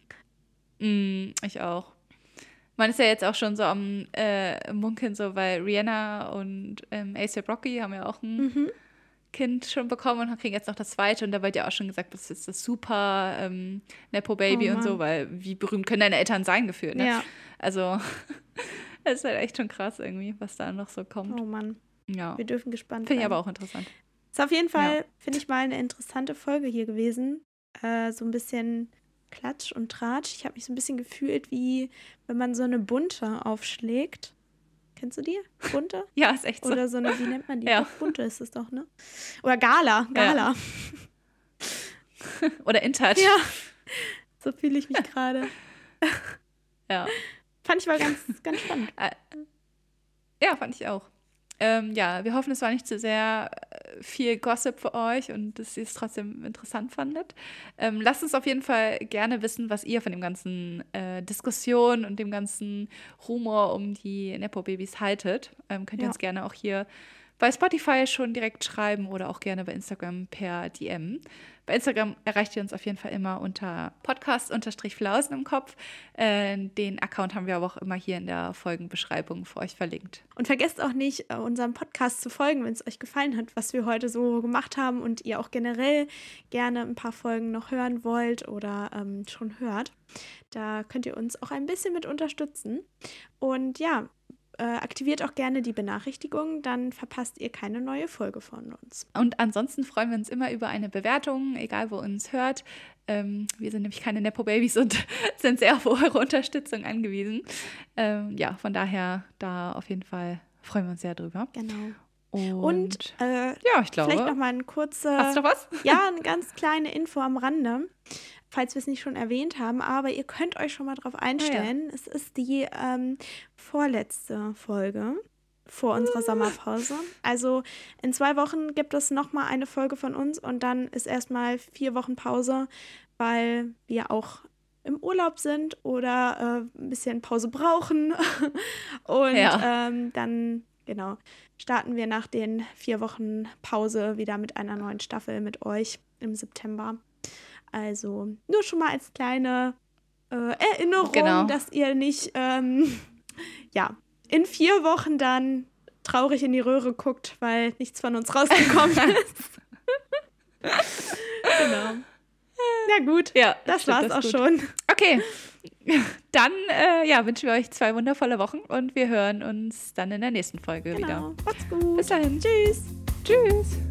Mm, ich auch. Man ist ja jetzt auch schon so am äh, Munkeln, so, weil Rihanna und ähm, A$AP Rocky haben ja auch ein Mhm. Kind schon bekommen und kriegen jetzt noch das zweite. Und da wird ja auch schon gesagt, das ist das super ähm, Nepo-Baby Oh und so, Mann. weil wie berühmt können deine Eltern sein, gefühlt, ne? Ja. Also, es ist halt echt schon krass irgendwie, was da noch so kommt. Oh Mann. Ja, Wir dürfen gespannt finde ich sein. aber auch interessant. Ist auf jeden Fall, Ja. finde ich, mal eine interessante Folge hier gewesen. Äh, so ein bisschen Klatsch und Tratsch. Ich habe mich so ein bisschen gefühlt, wie wenn man so eine Bunte aufschlägt. Kennst du die? Bunte? Ja, ist echt so. Oder so eine, wie nennt man die? Ja. Doch, Bunte ist es doch, ne? Oder Gala. Gala. Oder InTouch. Ja. So fühle ich mich gerade. Ja. Fand ich mal ganz, ganz spannend. Ja, fand ich auch. Ähm, ja, wir hoffen, es war nicht zu sehr äh, viel Gossip für euch und dass ihr es trotzdem interessant fandet. Ähm, lasst uns auf jeden Fall gerne wissen, was ihr von dem ganzen äh, Diskussion und dem ganzen Rumor um die Nepo-Babys haltet. Ähm, könnt ihr Ja. uns gerne auch hier bei Spotify schon direkt schreiben oder auch gerne bei Instagram per D M. Bei Instagram erreicht ihr uns auf jeden Fall immer unter Podcast-Flausen im Kopf. Äh, den Account haben wir aber auch immer hier in der Folgenbeschreibung für euch verlinkt. Und vergesst auch nicht, äh, unserem Podcast zu folgen, wenn es euch gefallen hat, was wir heute so gemacht haben und ihr auch generell gerne ein paar Folgen noch hören wollt oder ähm, schon hört. Da könnt ihr uns auch ein bisschen mit unterstützen. Und ja, äh, aktiviert auch gerne die Benachrichtigungen, dann verpasst ihr keine neue Folge von uns. Und ansonsten freuen wir uns immer über eine Bewertung, egal wo ihr uns hört. Ähm, wir sind nämlich keine Nepo-Babys und sind sehr auf eure Unterstützung angewiesen. Ähm, ja, von daher, da auf jeden Fall freuen wir uns sehr drüber. Genau. Und, Und äh, ja, ich glaube. vielleicht noch mal eine kurze, Hast du noch was? ja, eine ganz kleine Info am Rande, falls wir es nicht schon erwähnt haben, aber ihr könnt euch schon mal drauf einstellen. Es ist die ähm, vorletzte Folge vor unserer Sommerpause. Also in zwei Wochen gibt es noch mal eine Folge von uns und dann ist erstmal vier Wochen Pause, weil wir auch im Urlaub sind oder äh, ein bisschen Pause brauchen. Und Ja. ähm, dann, genau, starten wir nach den vier Wochen Pause wieder mit einer neuen Staffel mit euch im September. Also nur schon mal als kleine äh, Erinnerung, Genau. dass ihr nicht, ähm, ja, in vier Wochen dann traurig in die Röhre guckt, weil nichts von uns rausgekommen ist. Genau. Ja gut, ja, das stimmt, war's das auch gut. schon. Okay, dann äh, ja, wünschen wir euch zwei wundervolle Wochen und wir hören uns dann in der nächsten Folge Genau. wieder. Macht's gut. Bis dahin. Tschüss. Tschüss.